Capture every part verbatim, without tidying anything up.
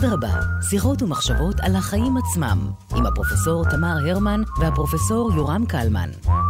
אדרבה, שיחות ומחשבות על החיים עצמם, עם הפרופסור תמר הרמן והפרופסור יורם קלמן.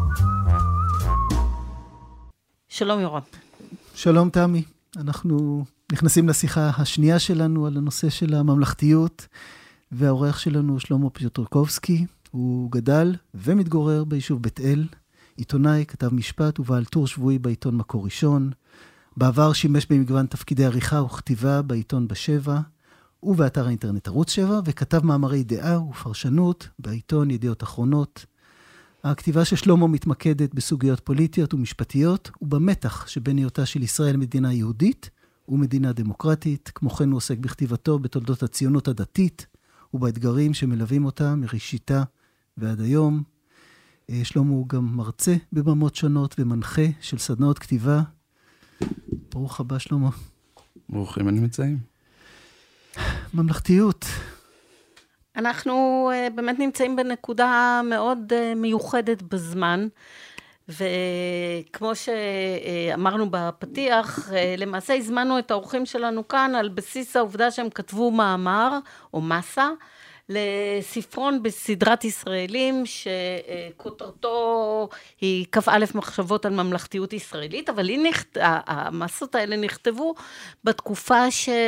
שלום יורם. שלום תמי, אנחנו נכנסים לשיחה השנייה שלנו על הנושא של הממלכתיות, והאורח שלנו שלמה פיוטרקובסקי, הוא גדל ומתגורר ביישוב בית אל, עיתונאי, כתב משפט ובעל טור שבועי בעיתון מקור ראשון, בעבר שימש במגוון תפקידי עריכה וכתיבה בעיתון בשבע, ובאתר האינטרנט ערוץ שבע, וכתב מאמרי דעה ופרשנות בעיתון ידיעות אחרונות. הכתיבה של שלמה מתמקדת בסוגיות פוליטיות ומשפטיות, ובמתח שבין היותה של ישראל מדינה יהודית ומדינה דמוקרטית. כמו כן הוא עוסק בכתיבתו בתולדות הציונות הדתית, ובאתגרים שמלווים אותה מראשיתה ועד היום. שלמה הוא גם מרצה בבמות שונות ומנחה של סדנאות כתיבה. ברוך הבא שלמה. ברוכים הנמצאים. ממלכתיות. אנחנו uh, באמת נמצאים בנקודה מאוד uh, מיוחדת בזמן, וכמו שאמרנו בפתיח, uh, למעשה הזמנו את האורחים שלנו כאן על בסיס העובדה שהם כתבו מאמר או מסה, לספרון בסדרת ישראלים שכותרתו היא כ"א מחשבות על ממלכתיות ישראלית, אבל היא נכת... המסות האלה נכתבו בתקופה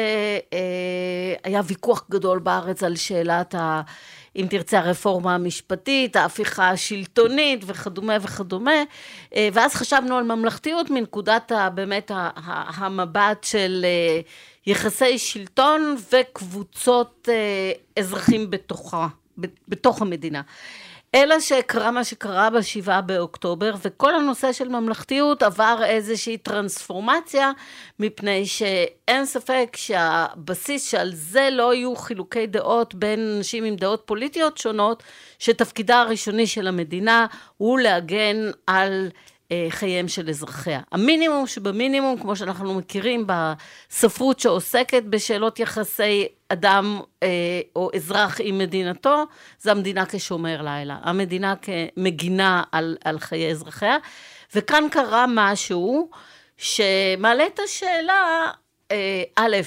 שהיה ויכוח גדול בארץ על שאלת ה... אם תרצה הרפורמה המשפטית, ההפיכה השלטונית וכדומה וכדומה, ואז חשבנו על ממלכתיות מנקודת ה... באמת המבט של יחסי שלטון וקבוצות אזרחים בתוכה, בתוך המדינה. אלא שקרה מה שקרה בשבעה באוקטובר, וכל הנושא של ממלכתיות עבר איזושהי טרנספורמציה, מפני שאין ספק שהבסיס שעל זה לא יהיו חילוקי דעות בין אנשים עם דעות פוליטיות שונות, שתפקידה הראשוני של המדינה הוא להגן על חייהם של אזרחיה. המינימום שבמינימום, כמו שאנחנו מכירים בספרות שעוסקת בשאלות יחסי אדם או אזרח עם מדינתו, זה המדינה כשומר לילה, המדינה כמגינה על, על חיי אזרחיה, וכאן קרה משהו שמעלה את השאלה, א',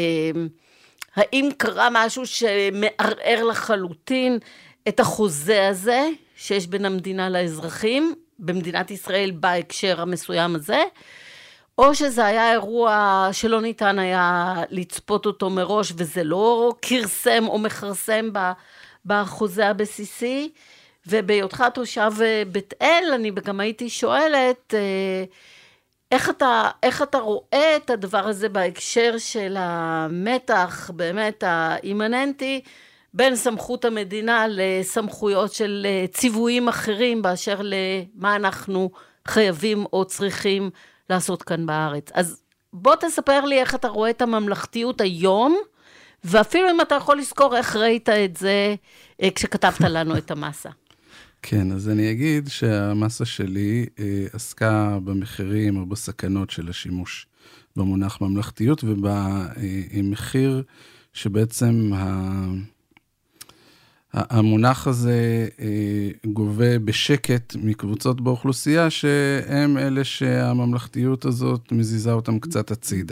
האם קרה משהו שמערער לחלוטין את החוזה הזה שיש בין המדינה לאזרחים, במדינת ישראל בהקשר המסוים הזה, או שזה היה אירוע שלא ניתן היה לצפות אותו מראש, וזה לא קרסם או מחרסם בחוזה הבסיסי, ובהיותך תושב בית אל, אני גם הייתי שואלת, איך אתה, איך אתה רואה את הדבר הזה בהקשר של המתח, באמת האימננטי, בין סמכות המדינה לסמכויות של ציוויים אחרים, באשר למה אנחנו חייבים או צריכים לעשות כאן בארץ. אז בוא תספר לי איך אתה רואה את הממלכתיות היום, ואפילו אם אתה יכול לזכור איך ראית את זה כשכתבת לנו את המסה. כן, אז אני אגיד שהמסה שלי עסקה במחירים או בסכנות של השימוש במונח ממלכתיות, ובמחיר שבעצם ה... המונח הזה גובה בשקט מקבוצות באוכלוסייה, שהם אלה שהממלכתיות הזאת מזיזה אותם קצת הצידה.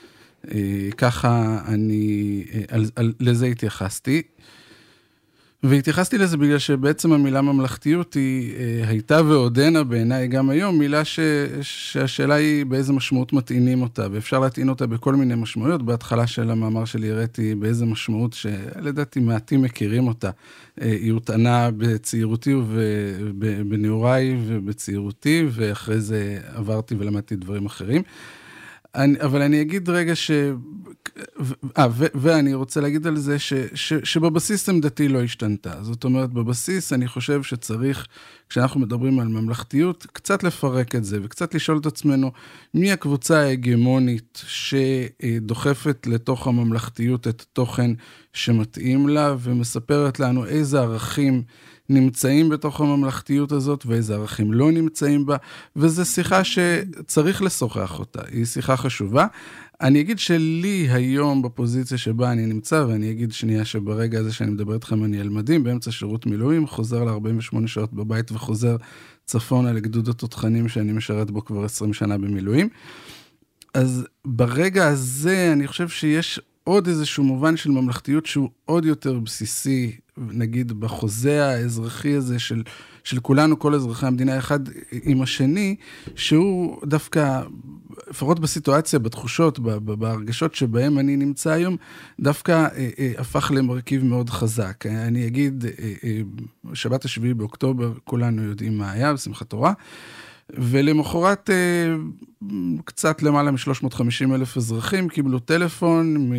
ככה אני, על, על, לזה התייחסתי. והתייחסתי לזה בגלל שבעצם המילה ממלכתיות היא הייתה ועודנה בעיניי גם היום, מילה ש, שהשאלה היא באיזה משמעות מטעינים אותה, ואפשר להטעין אותה בכל מיני משמעויות. בהתחלה של המאמר שלי הראיתי באיזה משמעות שלדעתי מעטים מכירים אותה. היא הוטענה בצעירותי ובנעוריי ובצעירותי, ואחרי זה עברתי ולמדתי דברים אחרים. אני, אבל אני אגיד רגע ש... אה, ו, ואני רוצה להגיד על זה ש, ש, שבבסיס עמדתי לא השתנתה. זאת אומרת, בבסיס אני חושב שצריך, כשאנחנו מדברים על ממלכתיות, קצת לפרק את זה, וקצת לשאול את עצמנו, מי הקבוצה ההגמונית שדוחפת לתוך הממלכתיות את התוכן שמתאים לה, ומספרת לנו איזה ערכים נמצאים בתוך הממלכתיות הזאת, ואיזה ערכים לא נמצאים בה, וזו שיחה שצריך לשוחח אותה, היא שיחה חשובה. אני אגיד שלי היום בפוזיציה שבה אני נמצא, ואני אגיד שנייה שברגע הזה שאני מדבר איתכם אני על מדים, באמצע שירות מילואים, חוזר ל-ארבעים ושמונה שעות בבית, וחוזר צפונה לגדוד התותחנים שאני משרת בו כבר עשרים שנה במילואים. אז ברגע הזה אני חושב שיש עוד איזשהו מובן של ממלכתיות שהוא עוד יותר בסיסי, נגיד בחוזה האזרחי הזה של, של כולנו, כל אזרחי המדינה אחד עם השני, שהוא דווקא, לפחות בסיטואציה, בתחושות, בהרגשות שבהם אני נמצא היום, דווקא אה, אה, הפך למרכיב מאוד חזק. אני אגיד, אה, אה, שבת השביעי באוקטובר, כולנו יודעים מה היה, בשמחת תורה, ולמחרת קצת למעלה מ-שלוש מאות וחמישים אלף אזרחים קיבלו טלפון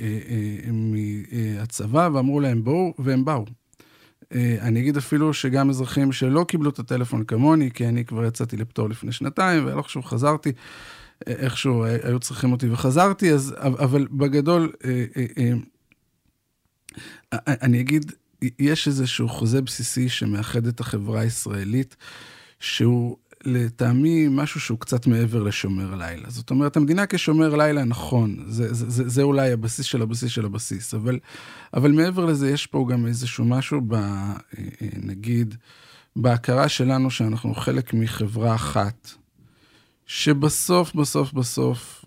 מהצבא ואמרו להם בואו, והם באו. אני אגיד אפילו שגם אזרחים שלא קיבלו את הטלפון כמוני, כי אני כבר יצאתי לפטור לפני שנתיים, ולא חשוב חזרתי, איכשהו היו צריכים אותי וחזרתי, אז, אבל בגדול, אני אגיד, יש איזשהו חוזה בסיסי שמאחד את החברה הישראלית, שהוא לטעמי משהו שהוא קצת מעבר לשומר לילה. זאת אומרת, המדינה כשומר לילה, נכון, זה, זה, זה, זה אולי הבסיס של הבסיס של הבסיס, אבל, אבל מעבר לזה יש פה גם איזשהו משהו, ב, נגיד, בהכרה שלנו שאנחנו חלק מחברה אחת, שבסוף, בסוף, בסוף,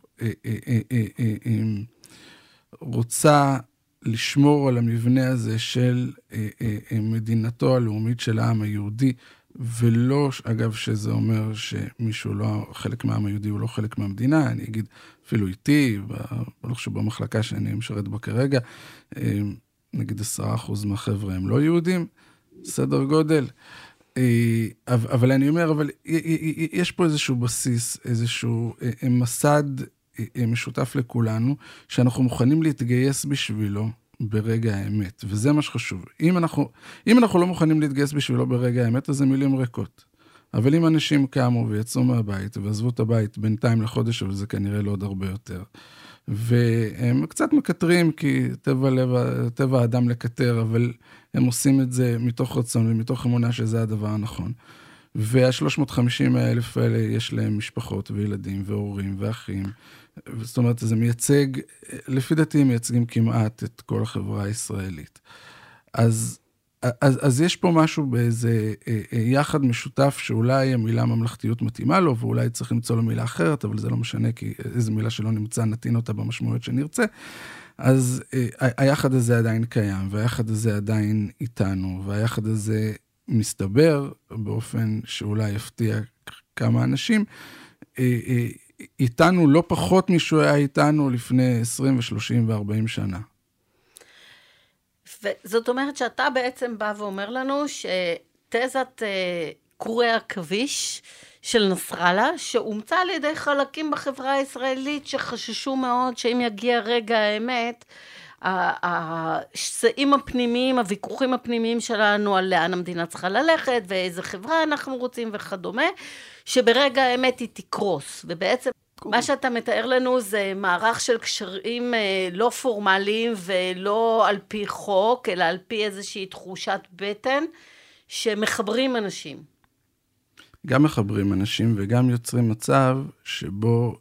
רוצה לשמור על המבנה הזה של מדינתו הלאומית של העם היהודי, ולא, אגב, שזה אומר שמישהו לא, חלק מהעם היהודי הוא לא חלק מהמדינה, אני אגיד, אפילו איתי, לא חושב במחלקה שאני משרת בה כרגע, נגיד עשרה אחוז מהחבר'ה הם לא יהודים, סדר גודל, אבל אני אומר, אבל יש פה איזשהו בסיס, איזשהו מסד משותף לכולנו, שאנחנו מוכנים להתגייס בשבילו, ברגע האמת, וזה מה שחשוב. אם אנחנו, אם אנחנו לא מוכנים להתגייס בשבילו ברגע האמת, אז זה מילים ריקות. אבל אם אנשים קמו ויצאו מהבית, ועזבו את הבית בינתיים לחודש, אבל זה כנראה לא עוד הרבה יותר. והם קצת מקטרים, כי טבע, לב, טבע האדם לקטר, אבל הם עושים את זה מתוך רצון, ומתוך אמונה שזה הדבר הנכון. וה-שלוש מאות וחמישים אלף האלה יש להם משפחות וילדים והורים ואחים, זאת אומרת, זה מייצג, לפי דעתי מייצגים כמעט את כל החברה הישראלית. אז, אז, אז יש פה משהו באיזה יחד משותף, שאולי המילה ממלכתיות מתאימה לו, ואולי צריך למצוא לו מילה אחרת, אבל זה לא משנה, כי איזו מילה שלא נמצא, נתין אותה במשמעויות שנרצה. אז היחד הזה עדיין קיים, והיחד הזה עדיין איתנו, והיחד הזה מסתבר, באופן שאולי יפתיע כמה אנשים, איתנו לא פחות משהו היה איתנו לפני עשרים ושלושים וארבעים שנה. וזאת אומרת שאתה בעצם בא ואומר לנו שתזת קורי הכביש של נסראללה, שאומצה על ידי חלקים בחברה הישראלית שחששו מאוד שאם יגיע רגע האמת, השסעים הפנימיים, הוויכוחים הפנימיים שלנו על לאן המדינה צריכה ללכת ואיזה חברה אנחנו רוצים וכדומה, שברגע האמת היא תקרוס, ובעצם מה שאתה מתאר לנו זה מערך של קשרים לא פורמליים ולא על פי חוק, אלא על פי איזושהי תחושת בטן שמחברים אנשים. גם מחברים אנשים וגם יוצרים מצב שבו,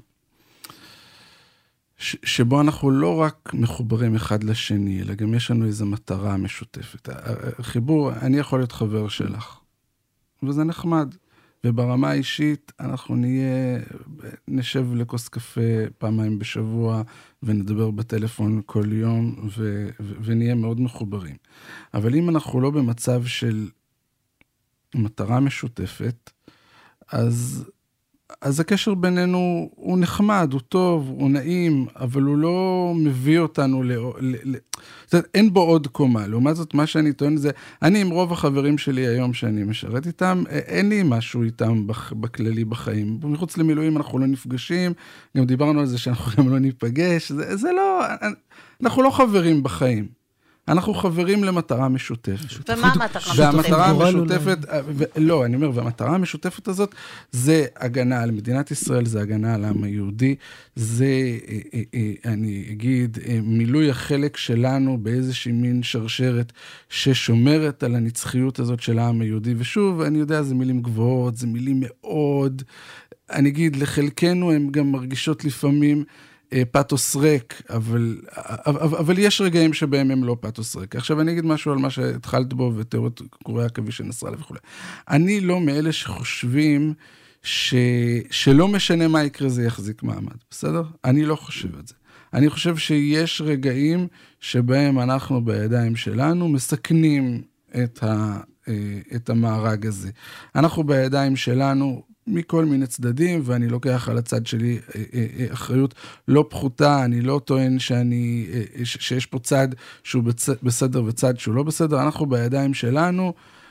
שבו אנחנו לא רק מחוברים אחד לשני, אלא גם יש לנו איזו מטרה משותפת. החיבור, אני יכול להיות חבר שלך, וזה נחמד. וברמה האישית אנחנו נהיה, נשב לכוס קפה פעמיים בשבוע, ונדבר בטלפון כל יום, ו- ו- ונהיה מאוד מחוברים. אבל אם אנחנו לא במצב של מטרה משותפת, אז, אז הקשר בינינו הוא נחמד, הוא טוב, הוא נעים, אבל הוא לא מביא אותנו ל... ל-, ל- זאת אומרת, אין בו עוד קומה. לעומת זאת, מה שאני טוען זה, אני עם רוב החברים שלי היום שאני משרת איתם, אין לי משהו איתם בכללי בחיים. מחוץ למילואים אנחנו לא נפגשים, גם דיברנו על זה שאנחנו גם לא ניפגש, זה, זה לא, אנחנו לא חברים בחיים. אנחנו חברים למטרה משותפת. ומה המטרה? והמטרה המשותפת, לא, אני אומר, והמטרה המשותפת הזאת, זה הגנה על מדינת ישראל, זה הגנה על העם היהודי, זה, אני אגיד, מילוי החלק שלנו באיזושהי מין שרשרת, ששומרת על הנצחיות הזאת של העם היהודי, ושוב, אני יודע, זה מילים גבוהות, זה מילים מאוד, אני אגיד, לחלקנו הן גם מרגישות לפעמים, פאטוס ריק, אבל, אבל, אבל יש רגעים שבהם הם לא פאטוס ריק. עכשיו אני אגיד משהו על מה שהתחלת בו, ותיאוריות קורי הכביש של נסראללה וכו'. אני לא מאלה שחושבים ש, שלא משנה מה יקרה זה יחזיק מעמד, בסדר? אני לא חושב את זה. אני חושב שיש רגעים שבהם אנחנו בידיים שלנו מסכנים את, ה, את המארג הזה. אנחנו בידיים שלנו מכל מיני צדדים, ואני לוקח על הצד שלי אחריות לא פחותה, אני לא טוען שאני, שיש פה צד שהוא בסדר וצד שהוא לא בסדר, אנחנו בידיים שלנו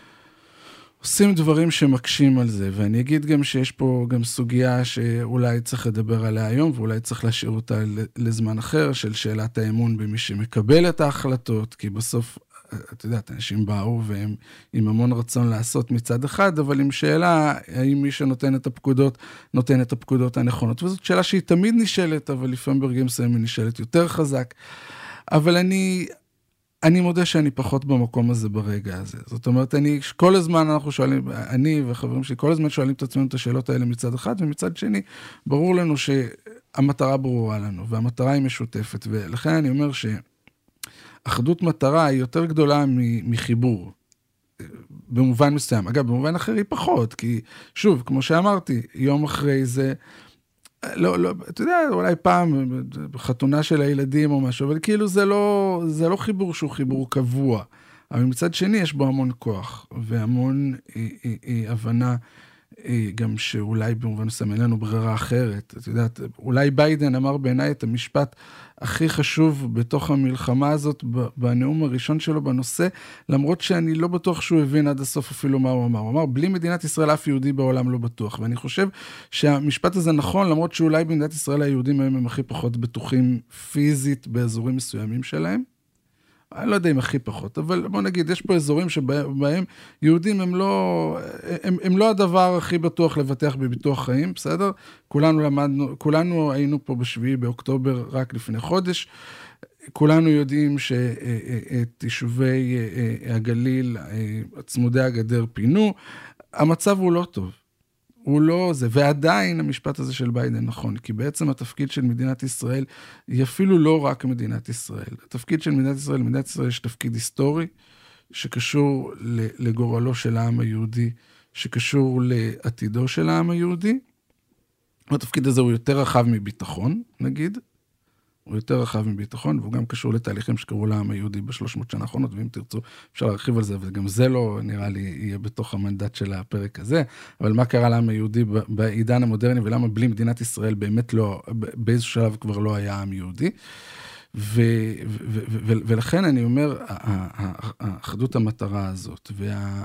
עושים דברים שמקשים על זה, ואני אגיד גם שיש פה גם סוגיה שאולי צריך לדבר עליה היום, ואולי צריך להשאיר אותה לזמן אחר, של שאלת האמון במי שמקבל את ההחלטות, כי בסוף, את יודעת, אנשים באו והם עם המון רצון לעשות מצד אחד, אבל עם שאלה, האם מי שנותן את הפקודות, נותן את הפקודות הנכונות, וזאת שאלה שהיא תמיד נשאלת, אבל לפעמים ברגעים מסוימים היא נשאלת יותר חזק, אבל אני... אני מודה שאני פחות במקום הזה ברגע הזה. זאת אומרת, אני, כל הזמן אנחנו שואלים, אני וחברים שלי, כל הזמן שואלים את עצמנו את השאלות האלה מצד אחד, ומצד שני, ברור לנו שהמטרה ברורה לנו, והמטרה היא משותפת, ולכן אני אומר שאחדות מטרה היא יותר גדולה מחיבור, במובן מסוים. אגב, במובן אחר היא פחות, כי שוב, כמו שאמרתי, יום אחרי זה, לא, לא, אתה יודע, אולי פעם בחתונה של הילדים או משהו, אבל כאילו זה לא, זה לא חיבור שהוא חיבור קבוע. אבל מצד שני יש בו המון כוח, והמון אה, אה, אה, הבנה, אה, גם שאולי במובן מסוים אין לנו ברירה אחרת. אתה יודע, אולי ביידן אמר בעיניי את המשפט הכי חשוב בתוך המלחמה הזאת, בנאום הראשון שלו בנושא, למרות שאני לא בטוח שהוא הבין עד הסוף אפילו מה הוא אמר. הוא אמר, בלי מדינת ישראל אף יהודי בעולם לא בטוח. ואני חושב שהמשפט הזה נכון, למרות שאולי במדינת ישראל היהודים הם הכי פחות בטוחים פיזית באזורים מסוימים שלהם. אני לא יודע אם הכי פחות, אבל בוא נגיד, יש פה אזורים שבהם יהודים הם לא, הם, הם לא הדבר הכי בטוח לבטח בביטוח חיים, בסדר? כולנו למדנו, כולנו היינו פה בשביעי באוקטובר רק לפני חודש, כולנו יודעים שאת יישובי הגליל, צמודי הגדר פינו, המצב הוא לא טוב. הוא לא זה, ועדיין המשפט הזה של ביידן נכון, כי בעצם התפקיד של מדינת ישראל היא אפילו לא רק מדינת ישראל. התפקיד של מדינת ישראל, מדינת ישראל יש תפקיד היסטורי, שקשור לגורלו של העם היהודי, שקשור לעתידו של העם היהודי. התפקיד הזה הוא יותר רחב מביטחון, נגיד, הוא יותר רחב מביטחון, והוא גם קשור לתהליכים שקראו לעם היהודי בשלוש מאות שנה האחרונות, ואם תרצו, אפשר להרחיב על זה, וגם זה לא, נראה לי, יהיה בתוך המנדט של הפרק הזה, אבל מה קרה לעם היהודי בעידן המודרני, ולמה בלי מדינת ישראל באמת לא, באיזשהו שלב כבר לא היה עם יהודי, ו, ו, ו, ולכן אני אומר, האחדות המטרה הזאת, וה...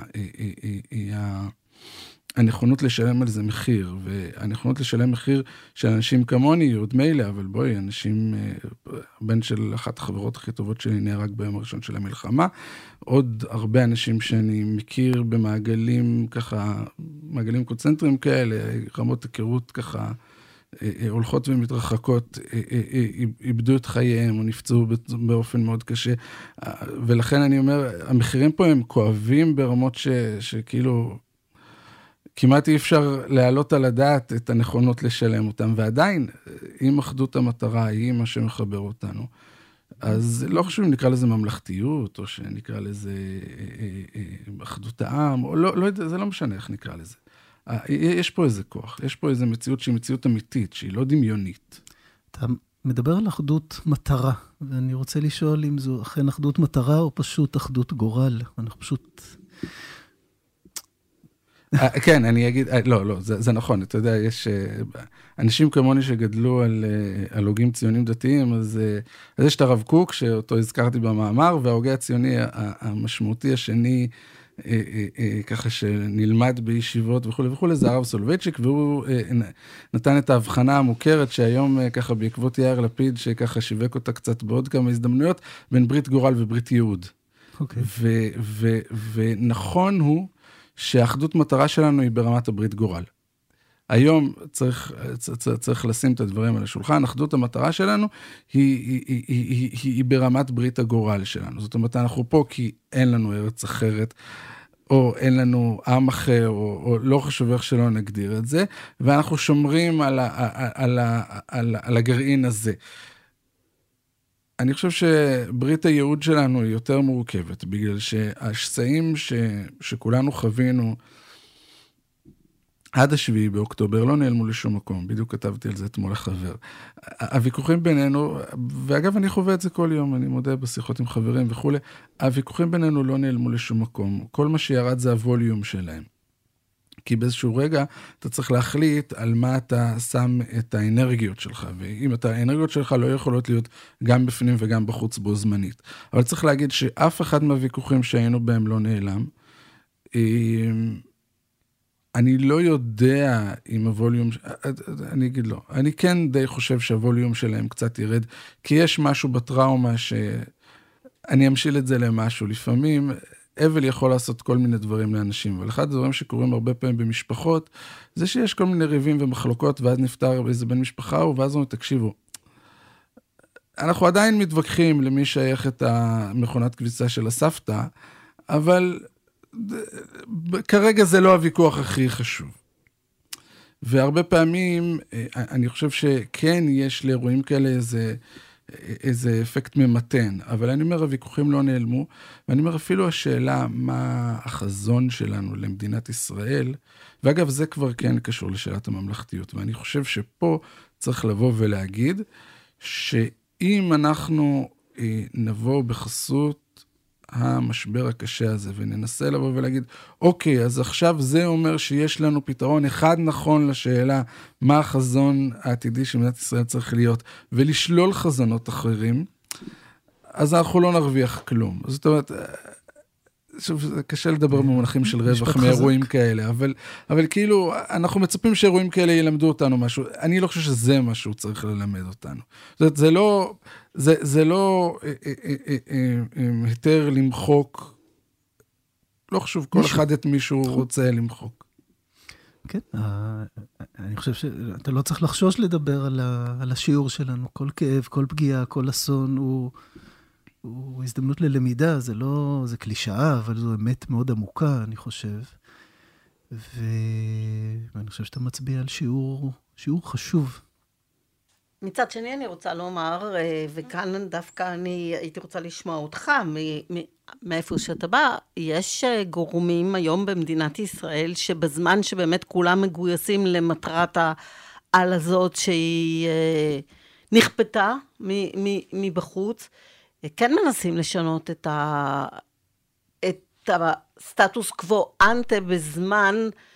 הנכונות לשלם על זה מחיר, והנכונות לשלם מחיר של אנשים כמוני, יהוד מילא, אבל בואי, אנשים, בן של אחת החברות הכי טובות שלי נהרג ביום הראשון של המלחמה, עוד הרבה אנשים שאני מכיר במעגלים ככה, מעגלים קונצנטריים כאלה, רמות היכרות ככה, הולכות ומתרחקות, איבדו את חייהם או נפצעו באופן מאוד קשה, ולכן אני אומר, המחירים פה הם כואבים ברמות ש, שכאילו, כמעט אי אפשר להעלות על הדעת את הנכונות לשלם אותם, ועדיין, אם אחדות המטרה היא מה שמחבר אותנו, אז לא חשוב אם נקרא לזה ממלכתיות, או שנקרא לזה אחדות העם, או לא, לא יודע, זה לא משנה איך נקרא לזה. יש פה איזה כוח, יש פה איזה מציאות שהיא מציאות אמיתית, שהיא לא דמיונית. אתה מדבר על אחדות מטרה, ואני רוצה לשאול אם זו אכן אחדות מטרה, או פשוט אחדות גורל. אנחנו פשוט... כן, אני אגיד, לא, לא, זה, זה נכון, אתה יודע, יש אנשים כמוני שגדלו על, על הוגים ציונים דתיים, אז, אז יש את הרב קוק, שאותו הזכרתי במאמר, וההוגה הציוני המשמעותי השני, ככה שנלמד בישיבות וכו' וכו', זה הרב סולובייצ'יק, והוא נתן את ההבחנה המוכרת, שהיום ככה בעקבות יאיר לפיד, שככה שיווק אותה קצת בעוד כמה הזדמנויות, בין ברית גורל וברית יהוד. אוקיי. ו, ו, ונכון הוא, שהאחדות מטרה שלנו היא ברמת הברית גורל. היום צריך, צריך, צריך לשים את הדברים על השולחן, אחדות המטרה שלנו היא, היא, היא, היא, היא, היא ברמת ברית הגורל שלנו. זאת אומרת, אנחנו פה כי אין לנו ארץ אחרת, או אין לנו עם אחר, או, או לא חשוב איך שלא נגדיר את זה, ואנחנו שומרים על, ה, על, ה, על, על הגרעין הזה. אני חושב שברית הייעוד שלנו היא יותר מורכבת, בגלל שהשסעים ש, שכולנו חווינו, עד השביעי באוקטובר לא נעלמו לשום מקום, בדיוק כתבתי על זה אתמול לחבר. הוויכוחים בינינו, ואגב אני חווה את זה כל יום, אני מודה בשיחות עם חברים וכו', הוויכוחים בינינו לא נעלמו לשום מקום, כל מה שירד זה הווליום שלהם. כי באיזשהו רגע אתה צריך להחליט על מה אתה שם את האנרגיות שלך, ואם את האנרגיות שלך לא יכולות להיות גם בפנים וגם בחוץ בו זמנית. אבל צריך להגיד שאף אחד מהוויכוחים שהיינו בהם לא נעלם, אני לא יודע אם הווליום, אני אגיד לא, אני כן די חושב שהווליום שלהם קצת ירד, כי יש משהו בטראומה שאני אמשיל את זה למשהו. לפעמים אבל יכול לעשות כל מיני דברים לאנשים, אבל אחד הדברים שקורים הרבה פעמים במשפחות, זה שיש כל מיני ריבים ומחלוקות, ואז נפטר איזה בן משפחה, ואז אומרים, תקשיבו, אנחנו עדיין מתווכחים למי שייך את המכונת כביסה של הסבתא, אבל כרגע זה לא הוויכוח הכי חשוב. והרבה פעמים, אני חושב שכן יש לאירועים כאלה איזה, איזה אפקט ממתן, אבל אני אומר, הוויכוחים לא נעלמו, ואני אומר, אפילו השאלה מה החזון שלנו למדינת ישראל, ואגב, זה כבר כן קשור לשאלת הממלכתיות, ואני חושב שפה צריך לבוא ולהגיד, שאם אנחנו נבוא בחסות המשבר הקשה הזה, וננסה לבוא ולהגיד, אוקיי, אז עכשיו זה אומר שיש לנו פתרון אחד נכון לשאלה, מה החזון העתידי שמדינת ישראל צריך להיות, ולשלול חזונות אחרים, אז אנחנו לא נרוויח כלום. זאת אומרת, זה קשה לדבר במונחים של רווח מאירועים כאלה, אבל, אבל כאילו, אנחנו מצפים שאירועים כאלה ילמדו אותנו משהו. אני לא חושב שזה משהו צריך ללמד אותנו. זאת אומרת, זה לא, זה, זה לא אה, אה, אה, אה, אה, היתר למחוק, לא חשוב, כל מישהו. אחד את מישהו רוצה למחוק. כן, אני חושב שאתה לא צריך לחשוש לדבר על, ה, על השיעור שלנו. כל כאב, כל פגיעה, כל אסון הוא... הוא הזדמנות ללמידה, זה לא, זה קלישאה, אבל זו אמת מאוד עמוקה, אני חושב. ו... ואני חושב שאתה מצביע על שיעור, שיעור חשוב. מצד שני אני רוצה לומר, וכאן דווקא אני הייתי רוצה לשמוע אותך, מאיפה שאתה בא, יש גורמים היום במדינת ישראל, שבזמן שבאמת כולם מגויסים למטרת העל הזאת, שהיא נכפתה מבחוץ, כן מנסים לשנות את, ה... את הסטטוס קוו אנטה בזמן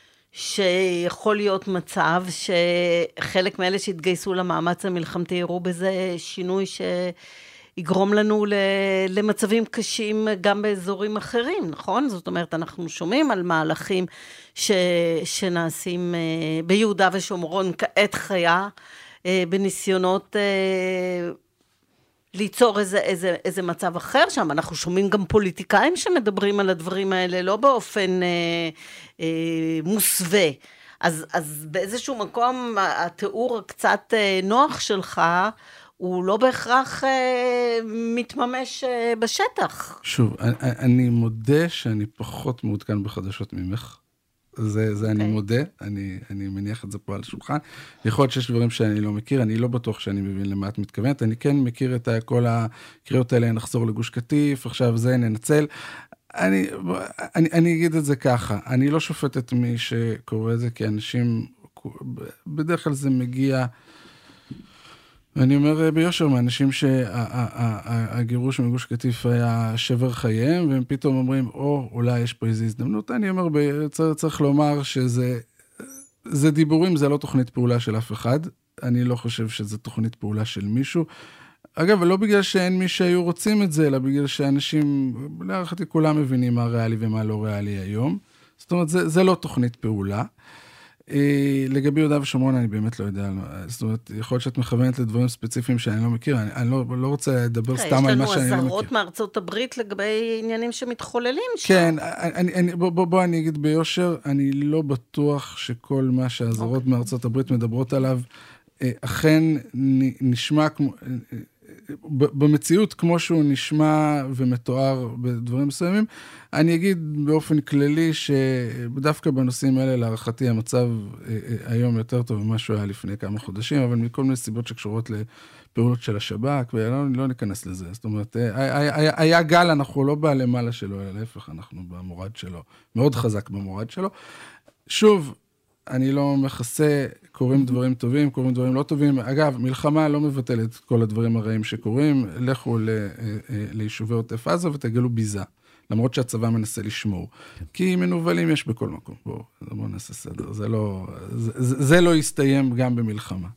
שיכול להיות מצב שחלק מאלה שהתגייסו למאמץ המלחמתי יראו בזה שינוי שיגרום לנו למצבים קשים גם באזורים אחרים, נכון? זאת אומרת, אנחנו שומעים על מהלכים ש... שנעשים ביהודה ושומרון כעת חיה, בניסיונות ליצור איזה, איזה, איזה מצב אחר שם. אנחנו שומעים גם פוליטיקאים שמדברים על הדברים האלה, לא באופן אה, אה, מוסווה. אז, אז באיזשהו מקום, התיאור הקצת אה, נוח שלך, הוא לא בהכרח אה, מתממש אה, בשטח. שוב, אני, אני מודה שאני פחות מעודכן בחדשות ממך. זה, זה okay. אני מודה, אני, אני מניח את זה פה על השולחן. יכול להיות שיש דברים שאני לא מכיר, אני לא בטוח שאני מבין למה את מתכוונת, אני כן מכיר את כל הקריאות האלה, נחזור לגוש קטיף, עכשיו זה ננצל. אני, אני, אני אגיד את זה ככה, אני לא שופט את מי שקורא את זה, כי אנשים, בדרך כלל זה מגיע, ואני אומר ביושר, מאנשים שהגירוש מגוש קטיף היה שבר חייהם, והם פתאום אומרים, או, אולי יש פה איזו הזדמנות. אני אומר, צריך לומר שזה זה דיבורים, זה לא תוכנית פעולה של אף אחד. אני לא חושב שזה תוכנית פעולה של מישהו. אגב, לא בגלל שאין מי שהיו רוצים את זה, אלא בגלל שאנשים, להערכתי כולם מבינים מה ריאלי ומה לא ריאלי היום. זאת אומרת, זה, זה לא תוכנית פעולה. לגבי יהודה ושומרון אני באמת לא יודע, זאת אומרת, יכול להיות שאת מכוונת לדברים ספציפיים שאני לא מכיר, אני, אני לא, לא רוצה לדבר סתם על מה שאני לא מכיר. יש לנו אזהרות מארצות הברית לגבי עניינים שמתחוללים שם. כן, אני, אני, בוא, בוא, בוא אני אגיד ביושר, אני לא בטוח שכל מה שהאזהרות okay. מארצות הברית מדברות עליו, אכן נשמע כמו... במציאות, כמו שהוא נשמע ומתואר בדברים מסוימים, אני אגיד באופן כללי שדווקא בנושאים האלה, להערכתי, המצב היום יותר טוב ממה שהוא היה לפני כמה חודשים, אבל מכל מיני סיבות שקשורות לפעולות של השב"כ, ולא לא ניכנס לזה. זאת אומרת, היה, היה גל, אנחנו לא בא למעלה שלו, אלא להפך, אנחנו במורד שלו, מאוד חזק במורד שלו. שוב, אני לא מכסה, קוראים דברים טובים, קוראים דברים לא טובים. אגב, מלחמה לא מבטלת את כל הדברים הרעים שקורים. לכו ליישובי עוטף עזה ותגלו ביזה. למרות שהצבא מנסה לשמור. כי מנובלים יש בכל מקום. בואו, בואו נעשה סדר. זה לא, זה, זה לא יסתיים גם במלחמה.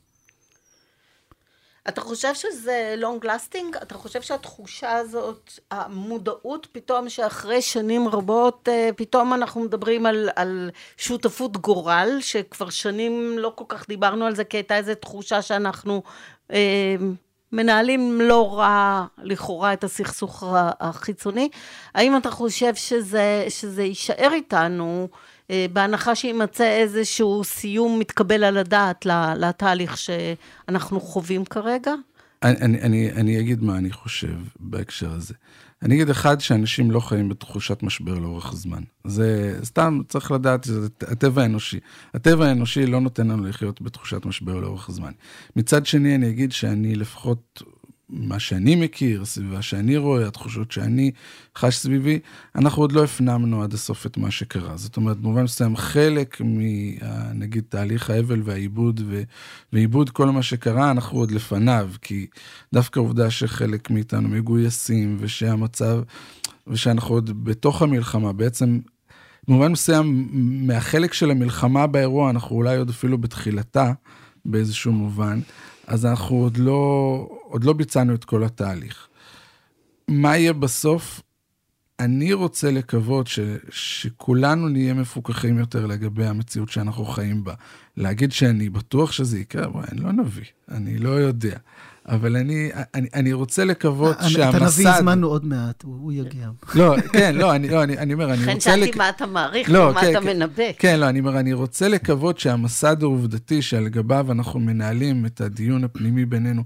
אתה חושב שזה long lasting? אתה חושב שהתחושה הזאת, המודעות פתאום שאחרי שנים רבות, פתאום אנחנו מדברים על, על שותפות גורל, שכבר שנים לא כל כך דיברנו על זה, כי הייתה איזו תחושה שאנחנו אה, מנהלים לא רע לכאורה את הסכסוך החיצוני. האם אתה חושב שזה, שזה יישאר איתנו, בהנחה שימצא איזשהו סיום מתקבל על הדעת לתהליך שאנחנו חווים כרגע? אני, אני, אני, אני אגיד מה אני חושב בהקשר הזה. אני אגיד אחד שאנשים לא חיים בתחושת משבר לאורך זמן. זה סתם צריך לדעת, זה הטבע האנושי. הטבע האנושי לא נותן לנו לחיות בתחושת משבר לאורך זמן. מצד שני אני אגיד שאני לפחות מה שאני מכיר, סביבה שאני רואה, התחושות שאני חש סביבי, אנחנו עוד לא הפנמנו עד הסוף את מה שקרה. זאת אומרת, במובן מסוים, חלק מנגיד תהליך האבל והעיבוד, ועיבוד כל מה שקרה, אנחנו עוד לפניו, כי דווקא העובדה שחלק מאיתנו מגויסים, ושהמצב, ושאנחנו עוד בתוך המלחמה, בעצם, במובן מסוים, מהחלק של המלחמה באירוע, אנחנו אולי עוד אפילו בתחילתה, באיזשהו מובן, אז אנחנו עוד לא, עוד לא ביצענו את כל התהליך. מה יהיה בסוף? אני רוצה לקוות ש, שכולנו נהיה מפוקחים יותר לגבי המציאות שאנחנו חיים בה. להגיד שאני בטוח שזה יקרה, בוא, אני לא נביא, אני לא יודע. אבל אני, אני, אני רוצה לקוות שהמסד... אתה נביא זמנו עוד מעט, הוא, הוא יגיע. לא, כן, לא, אני, לא, אני, אני אומר, אני רוצה... לכן שאלתי מה אתה מעריך, לא, ומה כן, אתה מנבא. כן, לא, אני אומר, אני רוצה לקוות שהמסד העובדתי שעל גביו אנחנו מנהלים את הדיון הפנימי בינינו,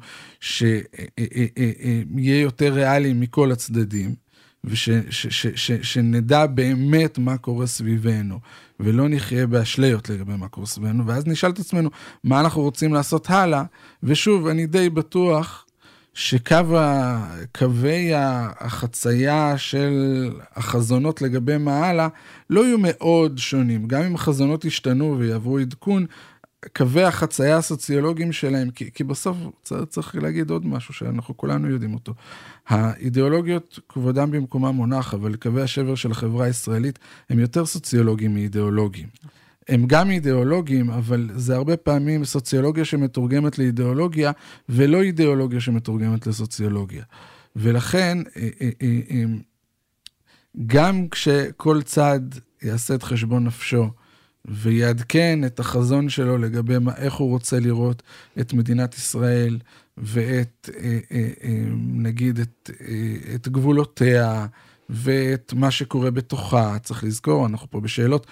שיהיה יותר ריאלי מכל הצדדים, ושנדע באמת מה קורה סביבנו, ולא נחיה באשליות לגבי מה קורה סביבנו, ואז נשאל את עצמנו מה אנחנו רוצים לעשות הלאה, ושוב, אני די בטוח שקווי החצייה של החזונות לגבי מה הלאה, לא יהיו מאוד שונים, גם אם החזונות ישתנו ויעברו עדכון, קווי החצייה הסוציולוגיים שלהם, כי, כי בסוף צריך, צריך להגיד עוד משהו שאנחנו כולנו יודעים אותו. האידיאולוגיות כבודם במקומם מונח, אבל קווי השבר של החברה הישראלית הם יותר סוציולוגיים מאידיאולוגיים. הם גם אידיאולוגיים, אבל זה הרבה פעמים סוציולוגיה שמתורגמת לאידיאולוגיה, ולא אידיאולוגיה שמתורגמת לסוציולוגיה. ולכן, גם כשכל צד יעשה את חשבון נפשו, ויעדכן את החזון שלו לגבי מה, איך הוא רוצה לראות את מדינת ישראל, ואת, נגיד, את, את גבולותיה, ואת מה שקורה בתוכה. צריך לזכור, אנחנו פה בשאלות,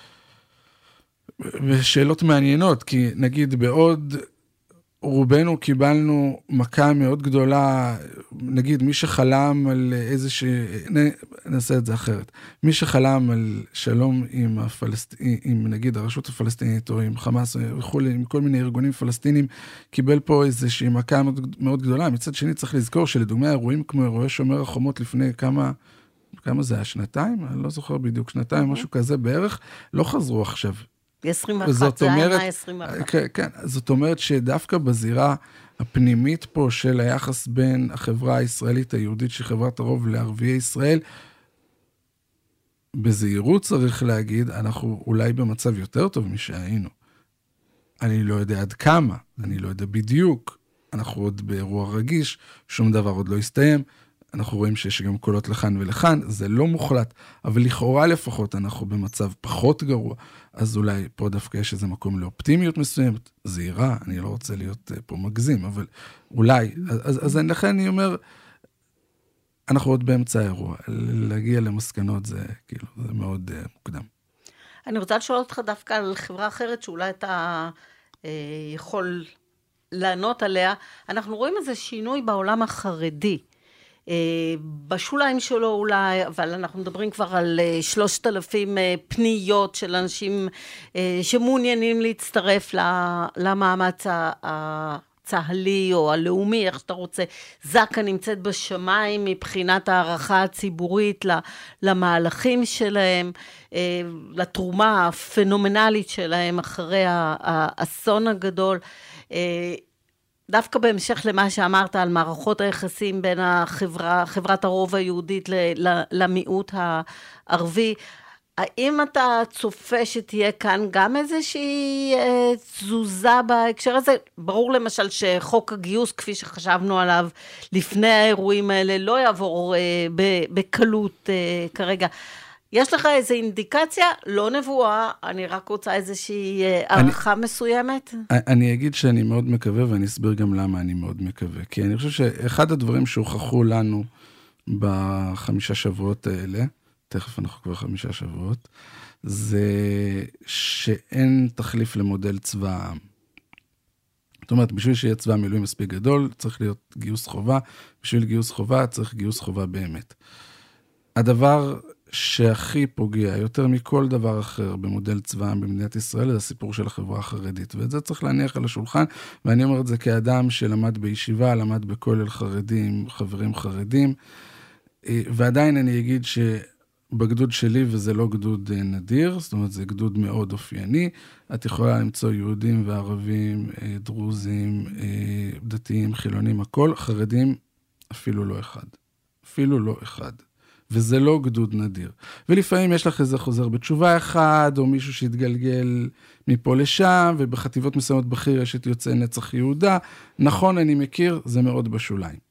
בשאלות מעניינות, כי נגיד בעוד רובנו קיבלנו מכה מאוד גדולה, נגיד מי שחלם על איזושהי, נעשה את זה אחרת, מי שחלם על שלום עם הפלסטינים, עם נגיד הרשות הפלסטינית או עם חמאס וכו', עם כל מיני ארגונים פלסטינים, קיבל פה איזושהי מכה מאוד, מאוד גדולה. מצד שני צריך לזכור שלדוגמה אירועים כמו אירועי שומר החומות לפני כמה, כמה זה היה, שנתיים? אני לא זוכר בדיוק, שנתיים, משהו כזה בערך, לא חזרו עכשיו. עשרים ואחת, זה היה עשרים ואחת. כן, כן, זאת אומרת שדווקא בזירה הפנימית פה של היחס בין החברה הישראלית היהודית, שהיא חברת הרוב לערביי ישראל, בזהירות צריך להגיד, אנחנו אולי במצב יותר טוב משהיינו. אני לא יודע עד כמה, אני לא יודע בדיוק, אנחנו עוד באירוע רגיש, שום דבר עוד לא הסתיים, אנחנו רואים שיש גם קולות לכאן ולכאן, זה לא מוחלט, אבל לכאורה לפחות אנחנו במצב פחות גרוע, אז אולי פה דווקא יש איזה מקום לאופטימיות מסוימת, זהירה, אני לא רוצה להיות פה מגזים, אבל אולי, אז, אז לכן אני אומר, אנחנו עוד באמצע האירוע, להגיע למסקנות זה כאילו, זה מאוד uh, מוקדם. אני רוצה לשאול אותך דווקא על חברה אחרת, שאולי אתה אה, יכול לענות עליה, אנחנו רואים איזה שינוי בעולם החרדי, בשוליים שלו אולי, אבל אנחנו מדברים כבר על שלושת אלפים פניות של אנשים שמעוניינים להצטרף למאמץ הצהלי או הלאומי, איך שאתה רוצה. זק"א נמצאת בשמיים מבחינת הערכה הציבורית למהלכים שלהם, לתרומה הפנומנלית שלהם אחרי האסון הגדול. דווקא בהמשך למה שאמרת על מערכות היחסים בין החברה, חברת הרוב היהודית למיעוט הערבי, האם אתה צופה שתהיה כאן גם איזושהי אה, תזוזה בהקשר הזה? ברור למשל שחוק הגיוס, כפי שחשבנו עליו לפני האירועים האלה, לא יעבור אה, בקלות אה, כרגע. יש לך איזו אינדיקציה? לא נבואה, אני רק רוצה איזושהי אה, הערכה אני, מסוימת? אני אגיד שאני מאוד מקווה, ואני אסביר גם למה אני מאוד מקווה. כי אני חושב שאחד הדברים שהוכחו לנו בחמישה שבועות האלה, תכף אנחנו כבר חמישה שבועות, זה שאין תחליף למודל צבא העם. זאת אומרת, בשביל שיהיה צבא מילואים מספיק גדול, צריך להיות גיוס חובה, בשביל גיוס חובה צריך גיוס חובה באמת. הדבר שהכי פוגע, יותר מכל דבר אחר במודל צבא העם במדינת ישראל, זה הסיפור של החברה החרדית, ואת זה צריך להניח על השולחן, ואני אומר את זה כאדם שלמד בישיבה, למד בכולל חרדים, חברים חרדים, ועדיין אני אגיד ש... בגדוד שלי, וזה לא גדוד נדיר, זאת אומרת, זה גדוד מאוד אופייני, את יכולה למצוא יהודים וערבים, דרוזים, דתיים, חילונים, הכל, חרדים, אפילו לא אחד. אפילו לא אחד. וזה לא גדוד נדיר. ולפעמים יש לך איזה חוזר בתשובה אחד, או מישהו שהתגלגל מפה לשם, ובחטיבות מסוימות בכיר יש את יוצאי נצח יהודה. נכון, אני מכיר, זה מאוד בשוליים.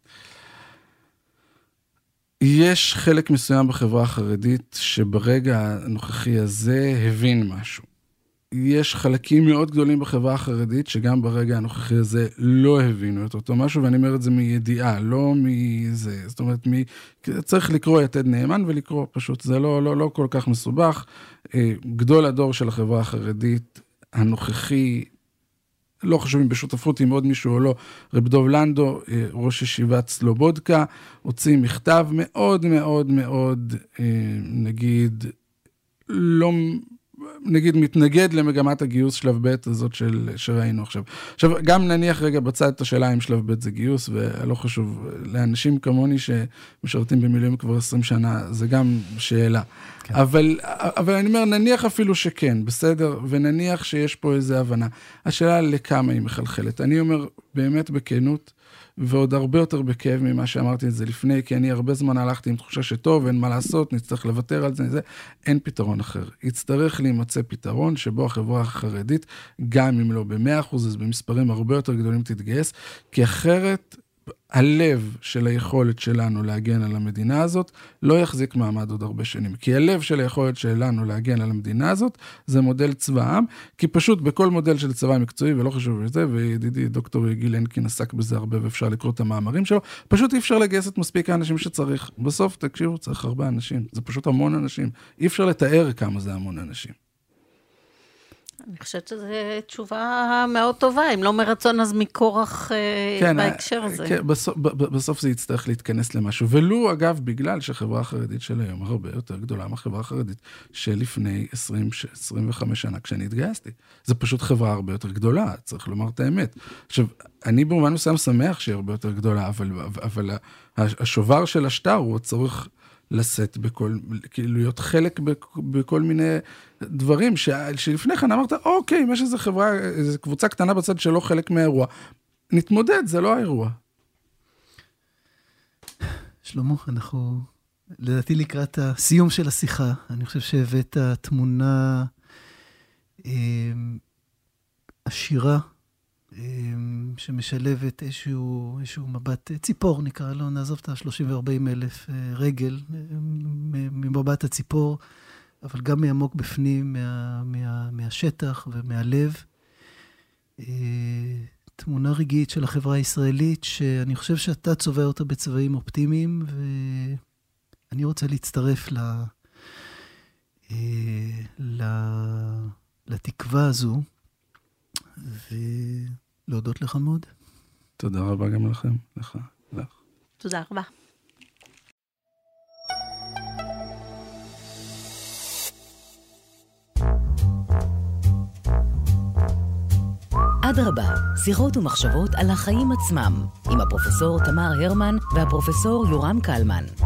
יש חלק מסוים בחברה החרדית שברגע הנוכחי הזה הבין משהו. יש חלקים מאוד גדולים בחברה החרדית שגם ברגע הנוכחי הזה לא הבינו את אותו משהו, ואני אומר את זה מידיעה, לא מזה. זאת אומרת, מ... צריך לקרוא יתד נאמן ולקרוא פשוט, זה לא, לא, לא כל כך מסובך. גדול הדור של החברה החרדית הנוכחי, לא חשוב אם בשותפות עם עוד מישהו או לא, רב דוב לנדו, ראש ישיבת סלובודקה, הוציא מכתב מאוד מאוד מאוד, נגיד, לא, נגיד, מתנגד למגמת הגיוס שלב ב' הזאת של, שראינו עכשיו. עכשיו, גם נניח רגע בצד את השאלה אם שלב ב' זה גיוס, ולא חשוב, לאנשים כמוני שמשרתים במילואים כבר עשרים שנה, זה גם שאלה. כן. אבל, אבל אני אומר, נניח אפילו שכן, בסדר, ונניח שיש פה איזו הבנה. השאלה לכמה היא מחלחלת. אני אומר, באמת בכנות, ועוד הרבה יותר בכאב ממה שאמרתי את זה לפני, כי אני הרבה זמן הלכתי עם תחושה שטוב, אין מה לעשות, נצטרך לוותר על זה, זה. אין פתרון אחר. יצטרך להימצא פתרון שבו החברה החרדית, גם אם לא ב-מאה אחוז, אז במספרים הרבה יותר גדולים תתגייס, כי אחרת הלב של היכולת שלנו להגן על המדינה הזאת לא יחזיק מעמד עוד הרבה שנים. כי הלב של היכולת שלנו להגן על המדינה הזאת זה מודל צבא העם, כי פשוט בכל מודל של צבא מקצועי, ולא חשוב את זה, וידידי דוקטור גיל הנקין עסק בזה הרבה ואפשר לקרוא את המאמרים שלו, פשוט אי אפשר לגייס את מספיק האנשים שצריך. בסוף, תקשיבו, צריך הרבה אנשים. זה פשוט המון אנשים. אי אפשר לתאר כמה זה המון אנשים. אני חושבת שזו תשובה מאוד טובה, אם לא מרצון אז מכורח כן, בהקשר הזה. כן, בסוף, בסוף זה יצטרך להתכנס למשהו, ולו אגב בגלל שהחברה החרדית של היום הרבה יותר גדולה מהחברה החרדית שלפני עשרים, עשרים וחמש שנה כשאני התגייסתי. זה פשוט חברה הרבה יותר גדולה, צריך לומר את האמת. עכשיו, אני במובן מסוים שמח שהיא הרבה יותר גדולה, אבל, אבל השובר של השטר הוא צריך לשאת בכל, כאילו להיות חלק בכל מיני דברים, ש, שלפני כן אמרת, אוקיי, אם יש איזו חברה, איזו קבוצה קטנה בצד שלא חלק מהאירוע, נתמודד, זה לא האירוע. שלמה, אנחנו, לדעתי לקראת הסיום של השיחה, אני חושב שהבאת תמונה אה, עשירה, שמשלבת איזשהו, איזשהו מבט ציפור, נקרא לו, נעזוב את ה-שלושים וארבעים אלף רגל ממבט הציפור, אבל גם מעמוק בפנים, מה, מה, מהשטח ומהלב. תמונה רגעית של החברה הישראלית, שאני חושב שאתה צובע אותה בצבעים אופטימיים, ואני רוצה להצטרף ל, ל, לתקווה הזו, ולהודות לך מאוד. תודה רבה גם לכם, לך, לך. תודה רבה. עד אדרבה, שיחות ומחשבות על החיים עצמם, עם הפרופסור תמר הרמן והפרופסור יורם קלמן.